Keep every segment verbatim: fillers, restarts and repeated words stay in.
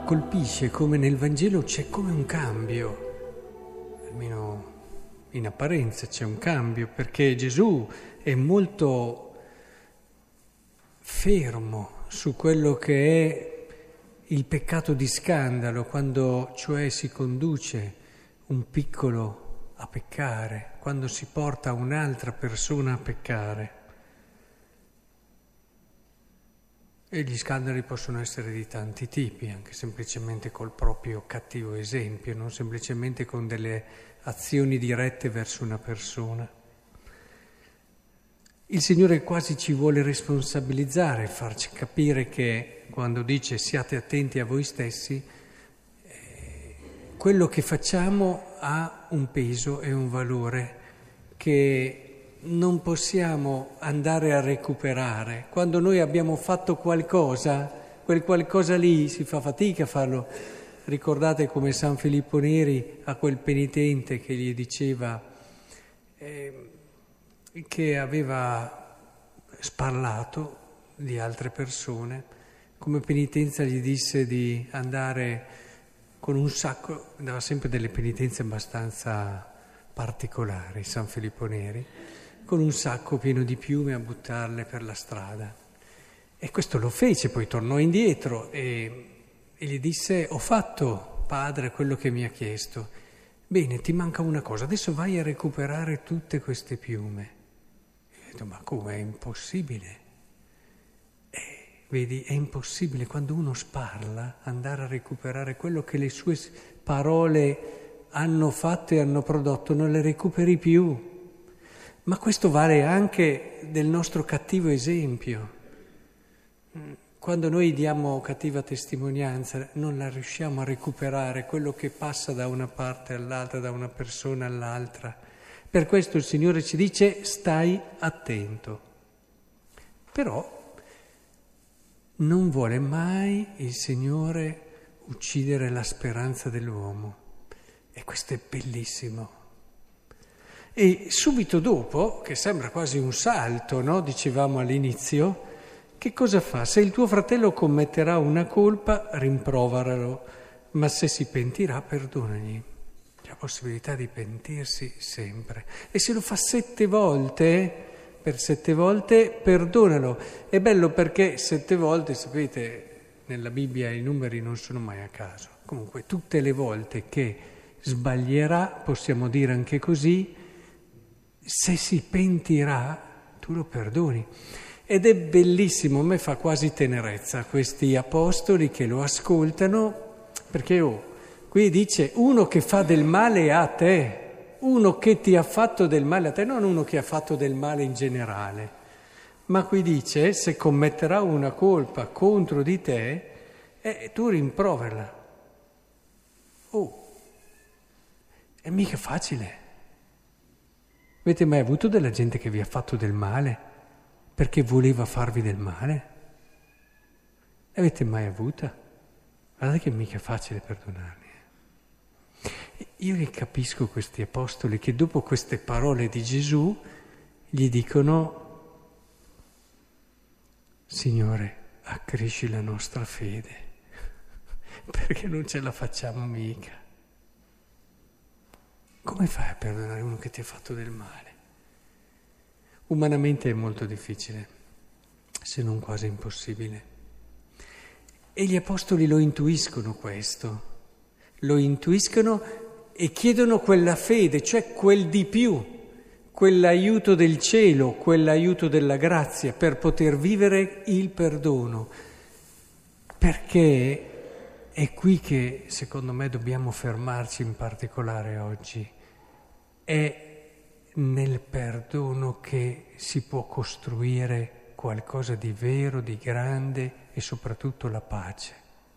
colpisce come nel Vangelo c'è come un cambio, almeno in apparenza c'è un cambio, perché Gesù è molto fermo su quello che è il peccato di scandalo, quando cioè si conduce un piccolo a peccare, quando si porta un'altra persona a peccare. E gli scandali possono essere di tanti tipi, anche semplicemente col proprio cattivo esempio, non semplicemente con delle azioni dirette verso una persona. Il Signore quasi ci vuole responsabilizzare, farci capire che quando dice siate attenti a voi stessi, eh, quello che facciamo ha un peso e un valore che non possiamo andare a recuperare. Quando noi abbiamo fatto qualcosa, quel qualcosa lì si fa fatica a farlo. Ricordate come San Filippo Neri a quel penitente che gli diceva eh, che aveva sparlato di altre persone, come penitenza gli disse di andare con un sacco, dava sempre delle penitenze abbastanza particolari, San Filippo Neri, con un sacco pieno di piume a buttarle per la strada. E questo lo fece, poi tornò indietro e, e gli disse: ho fatto, padre, quello che mi ha chiesto. Bene, ti manca una cosa, adesso vai a recuperare tutte queste piume. E ho detto: ma come, è impossibile? Eh, vedi, è impossibile quando uno sparla andare a recuperare quello che le sue parole hanno fatto e hanno prodotto, non le recuperi più. Ma questo vale anche del nostro cattivo esempio. Quando noi diamo cattiva testimonianza non la riusciamo a recuperare, quello che passa da una parte all'altra, da una persona all'altra. Per questo il Signore ci dice: stai attento. Però non vuole mai il Signore uccidere la speranza dell'uomo. E questo è bellissimo. E subito dopo, che sembra quasi un salto, no? Dicevamo all'inizio, che cosa fa? Se il tuo fratello commetterà una colpa, rimproveralo, ma se si pentirà, perdonagli. C'è la possibilità di pentirsi sempre. E se lo fa sette volte, per sette volte, perdonalo. È bello perché sette volte, sapete, nella Bibbia i numeri non sono mai a caso. Comunque, tutte le volte che sbaglierà, possiamo dire anche così, se si pentirà, tu lo perdoni. Ed è bellissimo, a me fa quasi tenerezza questi apostoli che lo ascoltano, perché oh, qui dice uno che fa del male a te, uno che ti ha fatto del male a te, non uno che ha fatto del male in generale, ma qui dice se commetterà una colpa contro di te, eh, tu rimproverla. Oh, è mica facile. Avete mai avuto della gente che vi ha fatto del male perché voleva farvi del male? L'avete mai avuta? Guardate che mica è facile perdonarli. Eh? Io li capisco questi apostoli che dopo queste parole di Gesù gli dicono: Signore, accresci la nostra fede, perché non ce la facciamo mica. Come fai a perdonare uno che ti ha fatto del male? Umanamente è molto difficile, se non quasi impossibile. E gli apostoli lo intuiscono questo, lo intuiscono e chiedono quella fede, cioè quel di più, quell'aiuto del cielo, quell'aiuto della grazia per poter vivere il perdono. Perché è qui che, secondo me, dobbiamo fermarci in particolare oggi. È nel perdono che si può costruire qualcosa di vero, di grande e soprattutto la pace.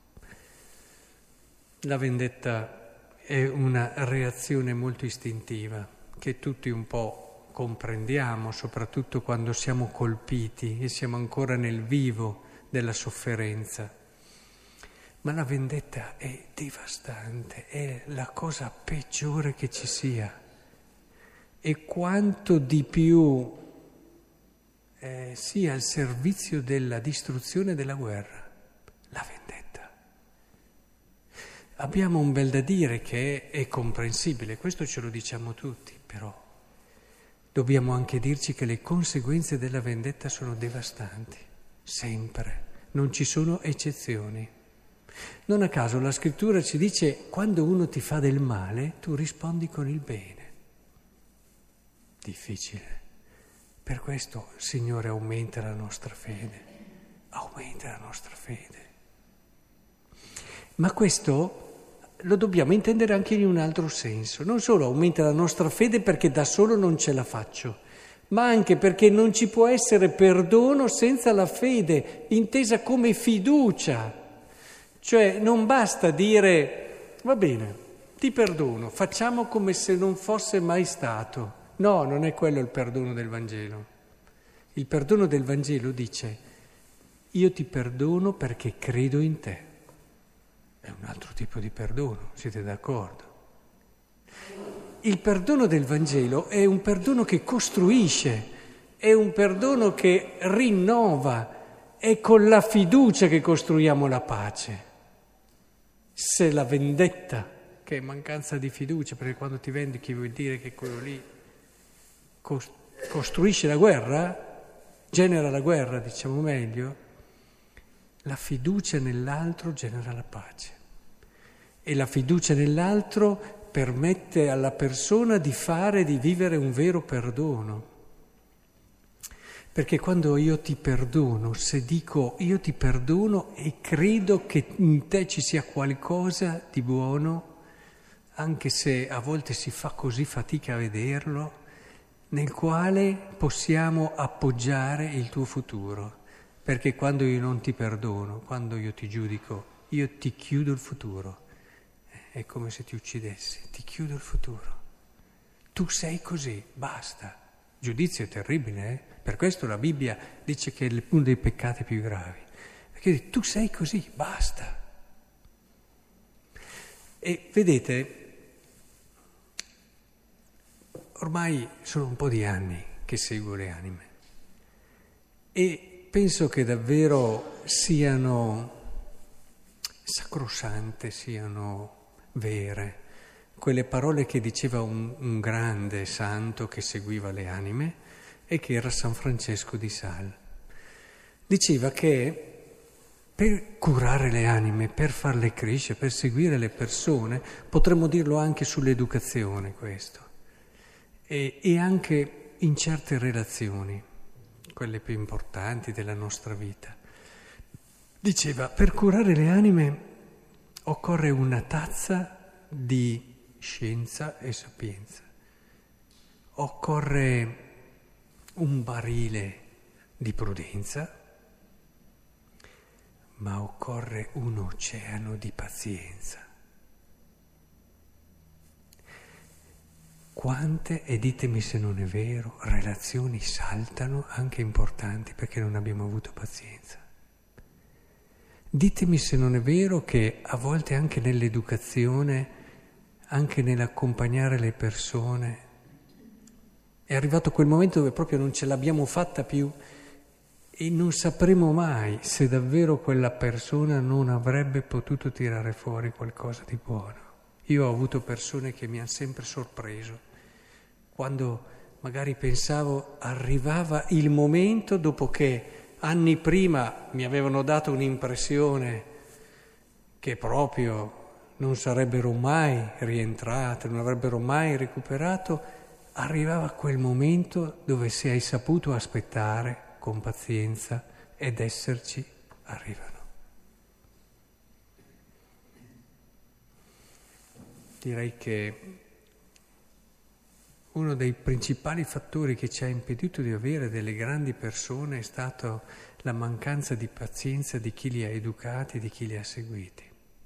La vendetta è una reazione molto istintiva che tutti un po' comprendiamo, soprattutto quando siamo colpiti e siamo ancora nel vivo della sofferenza. Ma la vendetta è devastante, è la cosa peggiore che ci sia. E quanto di più eh, sia al servizio della distruzione e della guerra, la vendetta. abbiamo un bel da dire che è, è comprensibile, questo ce lo diciamo tutti, però dobbiamo anche dirci che le conseguenze della vendetta sono devastanti, sempre, non ci sono eccezioni. Non a caso la scrittura ci dice: quando uno ti fa del male, tu rispondi con il bene. Difficile. Per questo, Signore, aumenta la nostra fede, aumenta la nostra fede. Ma questo lo dobbiamo intendere anche in un altro senso. Non solo aumenta la nostra fede perché da solo non ce la faccio, ma anche perché non ci può essere perdono senza la fede, intesa come fiducia. Cioè non basta dire: va bene, ti perdono, facciamo come se non fosse mai stato. No, non è quello il perdono del Vangelo. Il perdono del Vangelo dice: io ti perdono perché credo in te. È un altro tipo di perdono, siete d'accordo? Il perdono del Vangelo è un perdono che costruisce, è un perdono che rinnova, è con la fiducia che costruiamo la pace. Se la vendetta, che è mancanza di fiducia, perché quando ti vendichi vuol dire che quello lì costruisce la guerra, genera la guerra, diciamo meglio, la fiducia nell'altro genera la pace. E la fiducia nell'altro permette alla persona di fare, di vivere un vero perdono. Perché quando io ti perdono, se dico io ti perdono e credo che in te ci sia qualcosa di buono, anche se a volte si fa così fatica a vederlo, nel quale possiamo appoggiare il tuo futuro. Perché quando io non ti perdono, quando io ti giudico, io ti chiudo il futuro. È come se ti uccidessi, ti chiudo il futuro. Tu sei così, basta. Giudizio è terribile, eh? Per questo la Bibbia dice che è uno dei peccati più gravi. Perché tu sei così, basta. E vedete, ormai sono un po' di anni che seguo le anime e penso che davvero siano sacrosante, siano vere quelle parole che diceva un, un grande santo che seguiva le anime e che era San Francesco di Sales. Diceva che per curare le anime, per farle crescere, per seguire le persone, potremmo dirlo anche sull'educazione questo, e, e anche in certe relazioni, quelle più importanti della nostra vita. Diceva, per curare le anime occorre una tazza di scienza e sapienza, occorre un barile di prudenza, ma occorre un oceano di pazienza. Quante, e ditemi se non è vero, relazioni saltano, anche importanti, perché non abbiamo avuto pazienza. Ditemi se non è vero che a volte anche nell'educazione, anche nell'accompagnare le persone, è arrivato quel momento dove proprio non ce l'abbiamo fatta più e non sapremo mai se davvero quella persona non avrebbe potuto tirare fuori qualcosa di buono. Io ho avuto persone che mi hanno sempre sorpreso, quando magari pensavo arrivava il momento dopo che anni prima mi avevano dato un'impressione che proprio non sarebbero mai rientrate, non avrebbero mai recuperato, arrivava quel momento dove se hai saputo aspettare con pazienza ed esserci, arrivano. Direi che uno dei principali fattori che ci ha impedito di avere delle grandi persone è stato la mancanza di pazienza di chi li ha educati, di chi li ha seguiti.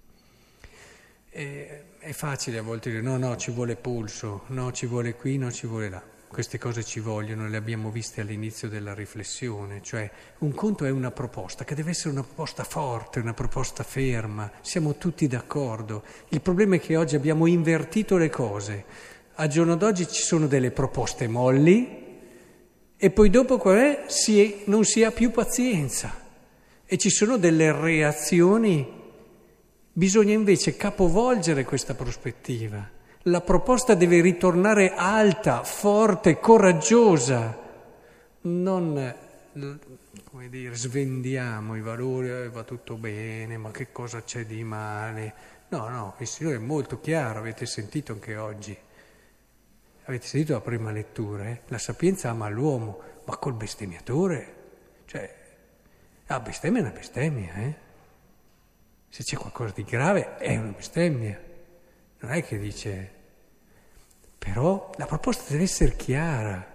E è facile a volte dire no, no, ci vuole polso, no, ci vuole qui, no, ci vuole là. Queste cose ci vogliono, le abbiamo viste all'inizio della riflessione, cioè un conto è una proposta, che deve essere una proposta forte, una proposta ferma, siamo tutti d'accordo. Il problema è che oggi abbiamo invertito le cose. A giorno d'oggi ci sono delle proposte molli e poi dopo qual è? Si, non si ha più pazienza e ci sono delle reazioni Bisogna invece capovolgere questa prospettiva. La proposta deve ritornare alta, forte, coraggiosa. Non, come dire, svendiamo i valori, eh, va tutto bene, ma che cosa c'è di male? No, no, il Signore è molto chiaro, avete sentito anche oggi. Avete sentito la prima lettura, eh? La sapienza ama l'uomo, ma col bestemmiatore. Cioè, la bestemmia è una bestemmia, eh? Se c'è qualcosa di grave è una bestemmia. Non è che dice... Però la proposta deve essere chiara.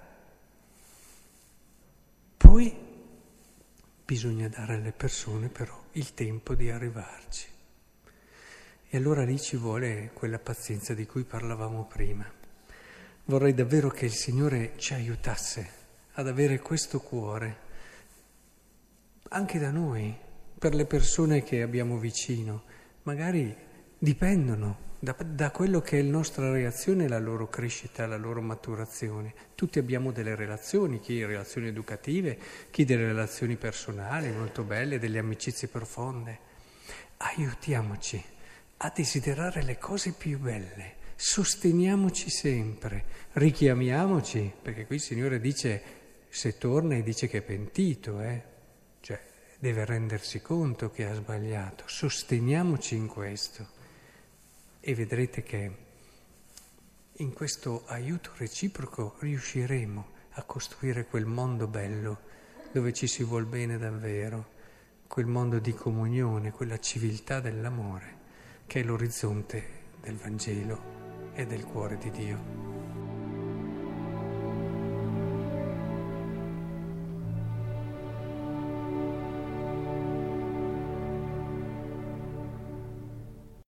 Poi bisogna dare alle persone però il tempo di arrivarci. E allora lì ci vuole quella pazienza di cui parlavamo prima. Vorrei davvero che il Signore ci aiutasse ad avere questo cuore, anche da noi, per le persone che abbiamo vicino, magari dipendono da, da quello che è la nostra reazione, la loro crescita, la loro maturazione. Tutti abbiamo delle relazioni, chi relazioni educative, chi delle relazioni personali molto belle, delle amicizie profonde. Aiutiamoci a desiderare le cose più belle, sosteniamoci sempre, richiamiamoci, perché qui il Signore dice, se torna e dice che è pentito, eh? Cioè deve rendersi conto che ha sbagliato, sosteniamoci in questo e vedrete che in questo aiuto reciproco riusciremo a costruire quel mondo bello dove ci si vuol bene davvero, quel mondo di comunione, quella civiltà dell'amore che è l'orizzonte del Vangelo e del cuore di Dio.